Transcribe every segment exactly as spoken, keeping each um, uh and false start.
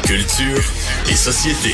Culture et société.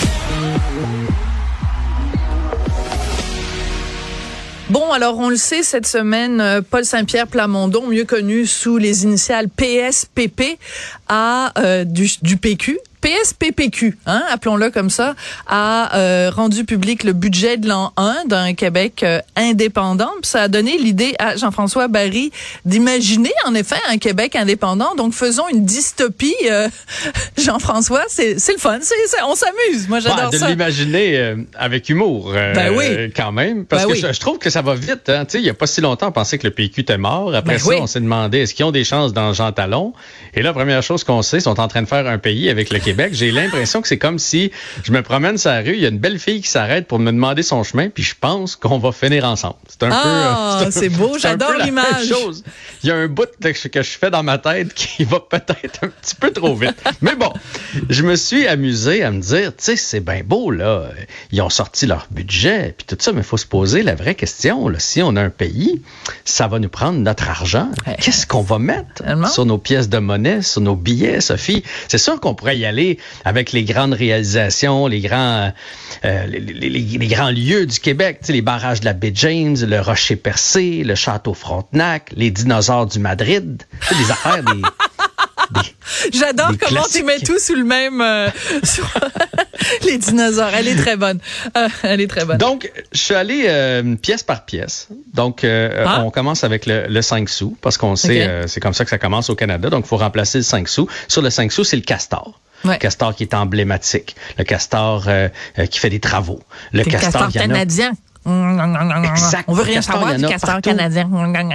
Bon, alors on le sait, cette semaine, Paul Saint-Pierre Plamondon, mieux connu sous les initiales P S P P, a euh, du, du P Q. P S P P Q, hein, appelons-le comme ça, a euh, rendu public le budget de l'an un d'un Québec euh, indépendant. Puis ça a donné l'idée à Jean-François Barry d'imaginer, en effet, un Québec indépendant. Donc, faisons une dystopie. Euh, Jean-François, c'est, c'est le fun. C'est, c'est, on s'amuse. Moi, j'adore bah, de ça. De l'imaginer euh, avec humour, euh, ben oui. quand même. Parce ben que oui. je, je trouve que ça va vite. Hein. Tu sais, il n'y a pas si longtemps, on pensait que le P Q était mort. Après ben ça, oui. on s'est demandé, est-ce qu'ils ont des chances dans Jean Talon? Et là, la première chose qu'on sait, ils sont en train de faire un pays avec le Québec. J'ai l'impression que c'est comme si je me promène sur la rue, il y a une belle fille qui s'arrête pour me demander son chemin, puis je pense qu'on va finir ensemble. C'est un ah, peu... Euh, c'est, c'est beau, c'est j'adore un peu l'image. La même chose. Il y a un bout que je, que je fais dans ma tête qui va peut-être un petit peu trop vite. Mais bon, je me suis amusé à me dire, tu sais, c'est bien beau, là. Ils ont sorti leur budget, puis tout ça, mais il faut se poser la vraie question, là. Si on a un pays, ça va nous prendre notre argent. Hey. Qu'est-ce qu'on va mettre Tellement? sur nos pièces de monnaie, sur nos billets, Sophie? C'est sûr qu'on pourrait y aller avec les grandes réalisations, les grands, euh, les, les, les, les grands lieux du Québec, tu sais, les barrages de la baie James, le Rocher Percé, le Château Frontenac, les dinosaures du Madrid, tu sais, des affaires, des... Des, J'adore des comment classiques. Tu mets tout sous le même... Euh, sur les dinosaures. Elle est très bonne. Euh, elle est très bonne. Donc, je suis allé euh, pièce par pièce. Donc, euh, ah. on commence avec le, le cinq sous, parce qu'on sait, okay. euh, c'est comme ça que ça commence au Canada. Donc, il faut remplacer le cinq sous. Sur le cinq sous, c'est le castor. Ouais. Le castor qui est emblématique. Le castor euh, euh, qui fait des travaux. Le c'est castor, castor canadien. Exact. On veut rien castor, savoir du castor partout. Canadien.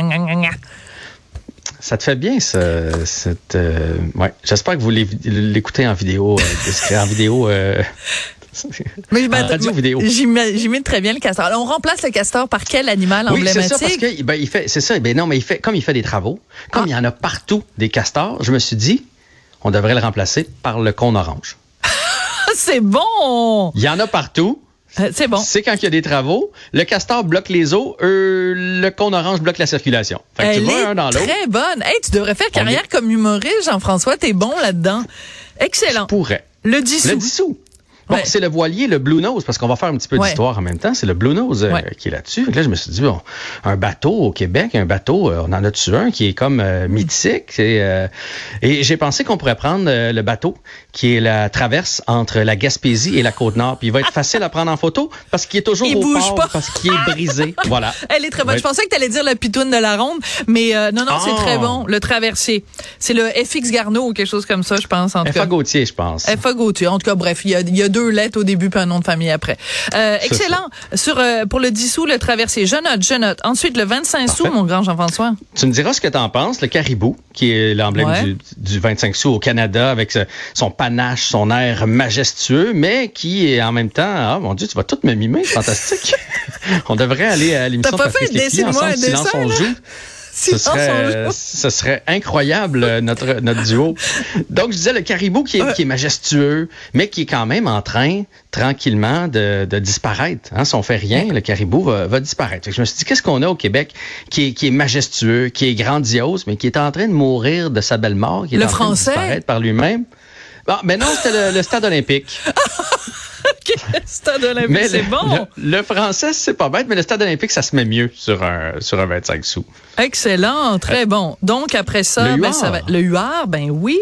Ça te fait bien, ça, cette... Euh, ouais. J'espère que vous l'écoutez en vidéo. Euh, en vidéo... Euh, Mais ben, radio vidéo. J'imite très bien le castor. Alors, on remplace le castor par quel animal oui, emblématique? Oui, c'est ça, parce que, ben, il fait, c'est ça, ben non, mais il fait, comme il fait des travaux, comme ah. il y en a partout des castors, je me suis dit, on devrait le remplacer par le cône orange. C'est bon! Il y en a partout. Euh, c'est bon. C'est quand il y a des travaux, le castor bloque les eaux, euh, le cône orange bloque la circulation. Fait que Elle tu vois est un dans l'autre. Très bonne. Hey, tu devrais faire carrière est... comme humoriste, Jean-François. T'es bon là-dedans. Excellent. Je pourrais. Le dix sous. Le dix sous. Bon, ouais. C'est le voilier, le Blue Nose, parce qu'on va faire un petit peu ouais. d'histoire en même temps. C'est le Blue Nose euh, ouais. qui est là-dessus. Donc là, je me suis dit, bon, un bateau au Québec, un bateau, euh, on en a dessus un qui est comme euh, mythique. Et, euh, et j'ai pensé qu'on pourrait prendre euh, le bateau qui est la traverse entre la Gaspésie et la Côte-Nord. Puis il va être facile à prendre en photo parce qu'il est toujours il au bouge port, pas. parce qu'il est brisé. Voilà. Elle est très bonne. Ouais. Je pensais que tu allais dire la pitoune de la ronde, mais euh, non, non, oh. c'est très bon. Le traversier. C'est le F X Garneau ou quelque chose comme ça, je pense. En tout F A Gauthier, je pense. F A Gauthier. En tout cas, bref, il y a, il y a deux lettres au début un nom de famille après. Euh, excellent. Sur euh, pour le dix sous, le traversier. Je note, je note. Ensuite, le vingt-cinq Parfait. Sous, mon grand Jean-François. Tu me diras ce que tu en penses. Le caribou, qui est l'emblème ouais. du, du vingt-cinq sous au Canada, avec ce, son panache, son air majestueux, mais qui est en même temps... Ah, mon Dieu, tu vas tout me mimer. Fantastique. On devrait aller à l'émission T'as pas Patrice fait Lécuyer ensemble, Silence on joue. Ce serait, ce serait incroyable, notre, notre duo. Donc, je disais le caribou qui est, ouais. qui est majestueux, mais qui est quand même en train, tranquillement, de, de disparaître. Hein, si on fait rien, le caribou va, va disparaître. Fait que je me suis dit, qu'est-ce qu'on a au Québec qui est, qui est majestueux, qui est grandiose, mais qui est en train de mourir de sa belle mort, qui est le en français? train de disparaître par lui-même? Bon, mais non, c'était le, le stade olympique. OK, le stade olympique, mais c'est le, bon. Le, le français, c'est pas bête, mais le stade olympique, ça se met mieux sur un, sur un vingt-cinq sous. Excellent, très euh, bon. Donc, après ça, le ben, ça va, le huard, ben oui.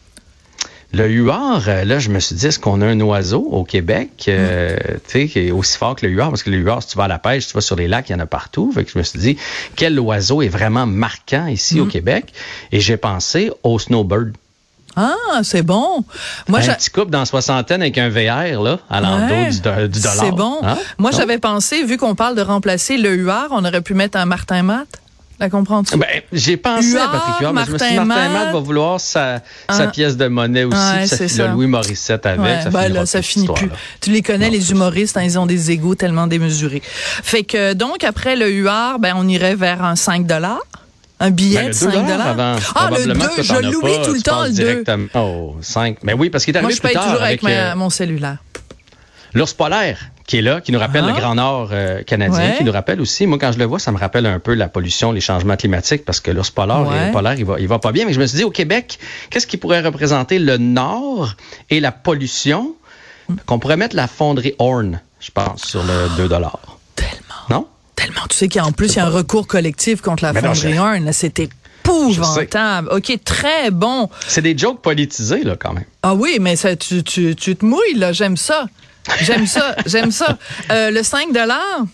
Le huard, là, je me suis dit, est-ce qu'on a un oiseau au Québec, euh, mm. tu sais, qui est aussi fort que le huard? Parce que le huard, si tu vas à la pêche, tu vas sur les lacs, il y en a partout. Fait que je me suis dit, quel oiseau est vraiment marquant ici mm. au Québec? Et j'ai pensé au snowbird. Ah, c'est bon. Moi, un j'a... petit couple dans la soixantaine avec un V R, là, à l'endos ouais, du, do- du dollar. C'est bon. Hein? Moi, non? J'avais pensé, vu qu'on parle de remplacer le huard, on aurait pu mettre un Martin Matt. La comprends-tu? Ben, j'ai pensé Huard, à Patrick Huard, mais je me suis dit, Martin Martin Matt Matt va vouloir sa, ah. sa pièce de monnaie aussi, ouais, ça, c'est le ça. Louis Morissette avec. Ouais, ça ben là, ça finit plus. Là. Tu les connais, non, les humoristes, hein, ils ont des égos tellement démesurés. Fait que, donc, après le huard, ben, on irait vers un cinq dollars. Un billet ben, de cinq dollars. Avant, ah, le deux, je l'oublie tout le temps, le deux. Oh, cinq. Mais oui, parce qu'il est arrivé Moi, je plus paye tard toujours avec, avec ma, euh, mon cellulaire. L'ours polaire, qui est là, qui nous rappelle ah. le Grand Nord euh, canadien, ouais. qui nous rappelle aussi, moi quand je le vois, ça me rappelle un peu la pollution, les changements climatiques, parce que l'ours polaire, ouais. il, polaire il, va, il va pas bien. Mais je me suis dit, au Québec, qu'est-ce qui pourrait représenter le Nord et la pollution? Qu'on pourrait mettre la fonderie Horn, je pense, sur le deux dollars. Tellement. Non? Tellement. Tu sais qu'en plus, il y a un recours collectif contre la fonderie Horn. C'était épouvantable. OK, très bon. C'est des jokes politisés, là, quand même. Ah oui, mais ça, tu, tu, tu te mouilles, là. J'aime ça. J'aime ça. J'aime ça. Euh, le cinq dollars.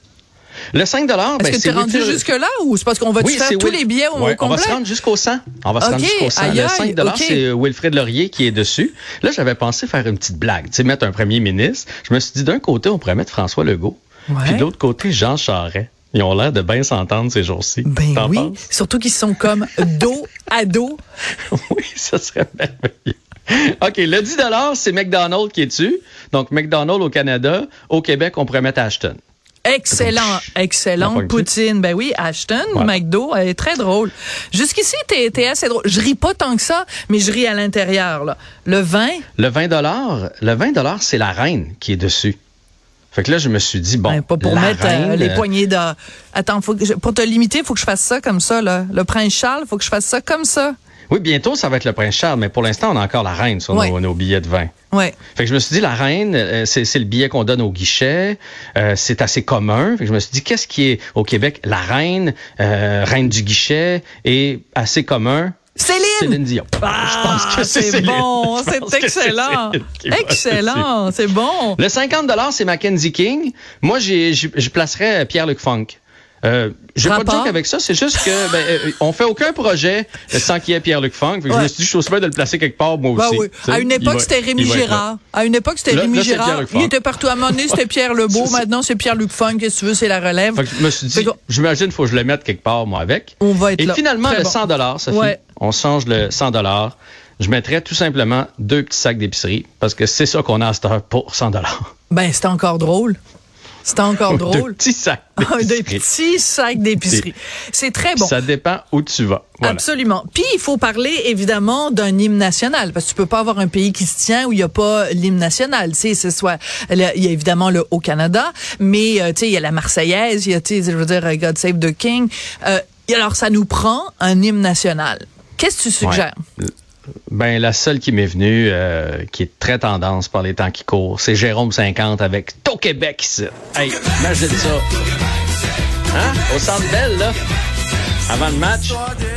Le cinq dollars, Est-ce ben, que tu es rendu Will... jusque-là ou c'est parce qu'on va oui, te faire tous Will... les billets au ouais, complet? On va se rendre jusqu'au cent. On va se okay, rendre jusqu'au cent. Aïe, le cinq dollars, okay. c'est Wilfrid Laurier qui est dessus. Là, j'avais pensé faire une petite blague, tu sais, mettre un premier ministre. Je me suis dit, d'un côté, on pourrait mettre François Legault. Ouais. Puis de l'autre côté, Jean Charest. Ils ont l'air de bien s'entendre ces jours-ci. Ben T'en oui, penses? surtout qu'ils sont comme dos à dos. Oui, ça serait merveilleux. OK, le dix dollars, c'est McDonald's qui est dessus. Donc, McDonald's au Canada. Au Québec, on pourrait mettre Ashton. Excellent, excellente poutine. Ben oui, Ashton, voilà. McDo, elle est très drôle. Jusqu'ici, t'es, t'es assez drôle. Je ris pas tant que ça, mais je ris à l'intérieur, là. Le vingt? Le vingt dollars, le vingt dollars, c'est la reine qui est dessus. Fait que là, je me suis dit, bon, ben, pas pour la mettre reine, euh, les poignées de... Attends, faut que je... pour te limiter, il faut que je fasse ça comme ça, là. Le prince Charles, il faut que je fasse ça comme ça. Oui, bientôt, ça va être le prince Charles, mais pour l'instant, on a encore la reine sur ouais. nos, nos billets de vin. Ouais. Fait que je me suis dit, la reine, euh, c'est, c'est le billet qu'on donne au guichet, euh, c'est assez commun. Fait que je me suis dit, qu'est-ce qui est au Québec? La reine, euh, reine du guichet, est assez commun. Céline! Céline Dion. Ah, je pense que c'est, c'est Céline. bon, c'est excellent. C'est excellent, c'est bon. Le cinquante dollars, c'est Mackenzie King. Moi, j'ai, je, je placerais Pierre-Luc Funk. Euh, j'ai pas de joke avec ça, c'est juste que ben, euh, on fait aucun projet sans qu'il y ait Pierre-Luc Funk. Ouais. Je me suis dit, je suis aussi bien de le placer quelque part, moi aussi. Ben oui. À une époque, va, c'était Rémi Girard. À une époque, c'était là, Rémi là, Girard. Il était partout. À un moment donné, c'était Pierre Lebeau. C'est Maintenant, c'est Pierre-Luc Funk. Qu'est-ce que tu veux, c'est la relève. Fait que je me suis dit, j'imagine qu'il faut que je le mette quelque part, moi, avec. On va être Et là. finalement, Très le bon. cent dollars, Sophie, ouais. on change le cent dollars. Je mettrais tout simplement deux petits sacs d'épicerie parce que c'est ça qu'on a à cette heure pour cent dollars. Ben, c'est encore drôle. C'est encore drôle. Deux petits sacs d'épicerie. Des petits sacs d'épicerie. C'est très bon. Ça dépend où tu vas. Voilà. Absolument. Puis, il faut parler, évidemment, d'un hymne national. Parce que tu peux pas avoir un pays qui se tient où il y a pas l'hymne national. Tu sais, ce soit, il y a évidemment le Haut-Canada, mais, euh, tu sais, il y a la Marseillaise, il y a, tu sais, je veux dire, God Save the King. Euh, alors, ça nous prend un hymne national. Qu'est-ce que tu suggères? Ouais. Ben, la seule qui m'est venue, euh, qui est très tendance par les temps qui courent, c'est Jérôme cinquante avec T'au Québec ici. Hey, imagine ça. Hein? Au Centre Bell, là. Avant le match.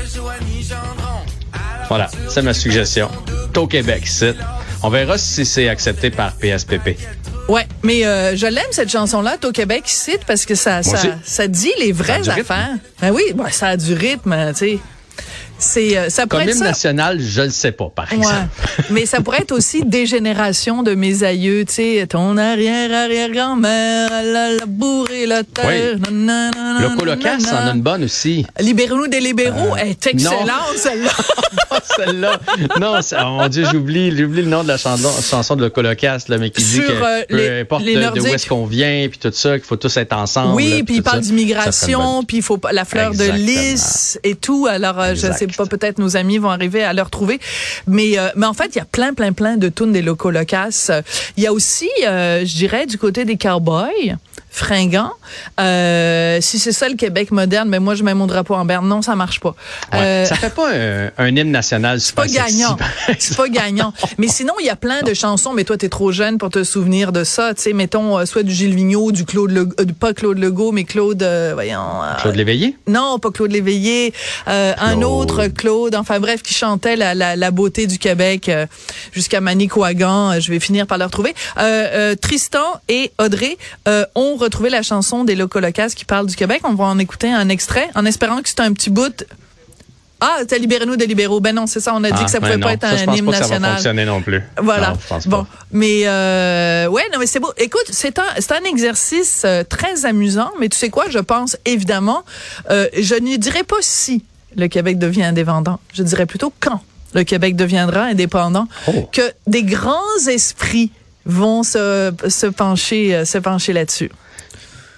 Voilà, c'est ma suggestion. T'au Québec ici. On verra si c'est accepté par P S P P. Ouais, mais euh, je l'aime cette chanson-là, T'au Québec ici, parce que ça, ça, ça dit les vraies affaires. Ben oui, ben, ça a du rythme, tu sais. C'est, ça pourrait Comme être hymne ça. national, je le sais pas, par exemple. Ouais. Mais ça pourrait être aussi des générations de mes aïeux, tu sais, ton arrière-arrière-grand-mère, elle a labouré la terre. Oui. Nanana, le colocasse en a une bonne aussi. Libérez-nous des libéraux, euh, elle est excellente, non. celle-là. Pas celle-là. Non, ça, oh mon Dieu, j'oublie, j'oublie le nom de la chanson, chanson de le colocasse, là, mais qui Sur, dit que euh, peu les, importe les de, de où est-ce qu'on vient, puis tout ça, qu'il faut tous être ensemble. Oui, là, puis il parle d'immigration, puis il faut la fleur Exactement. de lys et tout. Alors, euh, je sais pas, peut-être nos amis vont arriver à le retrouver. Mais, euh, mais en fait, il y a plein, plein, plein de tunes des locaux locasses. Il y a aussi, euh, je dirais, du côté des cowboys fringants. Euh, si c'est ça le Québec moderne, mais moi, je mets mon drapeau en berne. Non, ça marche pas. Ouais, euh, ça fait pas un, un hymne national super C'est pas gagnant. C'est pas gagnant. Mais sinon, il y a plein de chansons, mais toi, t'es trop jeune pour te souvenir de ça. Tu sais, mettons, euh, soit du Gilles Vigneault, du Claude Legault, euh, pas Claude Legault, mais Claude, euh, voyons. Euh, Claude Léveillé? Non, pas Claude Léveillé. Euh, un autre Claude, enfin bref, qui chantait la, la, la beauté du Québec euh, jusqu'à Manicouagan. Euh, je vais finir par le retrouver. Euh, euh, Tristan et Audrey euh, ont retrouvé la chanson des locaux locasses qui parle du Québec. On va en écouter un extrait en espérant que c'est un petit bout. Ah, t'as Libérez-nous des libéraux. Ben non, c'est ça. On a dit ah, que ça ben pouvait non. pas être ça, un je pense hymne pas que national. Ça va fonctionner non plus. Voilà. Non, je pense bon, pas. mais euh, ouais, non, mais c'est beau. Écoute, c'est un, c'est un exercice euh, très amusant. Mais tu sais quoi, je pense évidemment, euh, je ne dirais pas si le Québec devient indépendant. Je dirais plutôt quand le Québec deviendra indépendant, oh. que des grands esprits vont se, se pencher, se pencher là-dessus.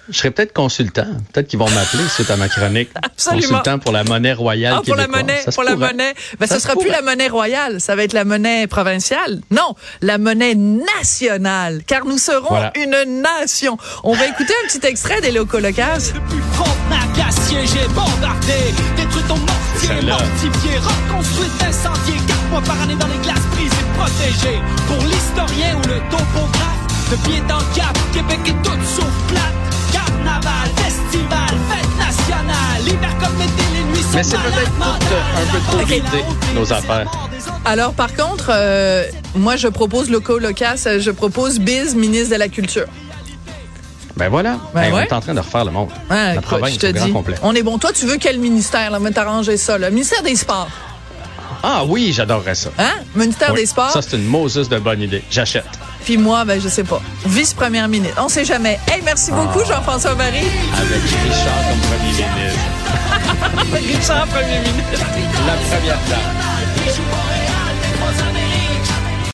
Je serais peut-être consultant. Peut-être qu'ils vont m'appeler suite à ma chronique. Absolument. Consultant pour la monnaie royale ah, pour québécoise. la monnaie, ça pour la monnaie. Ben, ça, ça sera plus la monnaie royale. Ça va être la monnaie provinciale. Non, la monnaie nationale. Car nous serons voilà. une nation. On va écouter un petit extrait des Locaux Locas. Depuis Frontenac, assiégé, bombardé, détruit ton mortier, mortifié, reconstruit, incendié, quatre mois par année dans les glaces prises et protégées. Pour l'historien ou le topographe, de pied en cap, Québec est toute sauf plate. Carnaval, festival, fête nationale, l'hiver comme l'été, les nuits sont mais c'est peut-être tout un peu trop okay. vidé, nos affaires. Alors, par contre, euh, moi, je propose Locaux Locas, je propose Biz, ministre de la Culture. Ben voilà, ben hey, ouais. on est en train de refaire le monde. Ouais, la province, je te au grand dis, complet. On est bon. Toi, tu veux quel ministère? Là, on va t'arranger ça. Le ministère des Sports. Ah oui, j'adorerais ça. Hein? Ministère oui. des Sports. Ça, c'est une Moses de bonne idée. J'achète. Puis moi, ben je sais pas. Vice-première ministre. On sait jamais. Hey, merci ah. beaucoup, Jean-François Barry. Avec Richard comme premier ministre. Richard, premier ministre. La première dame.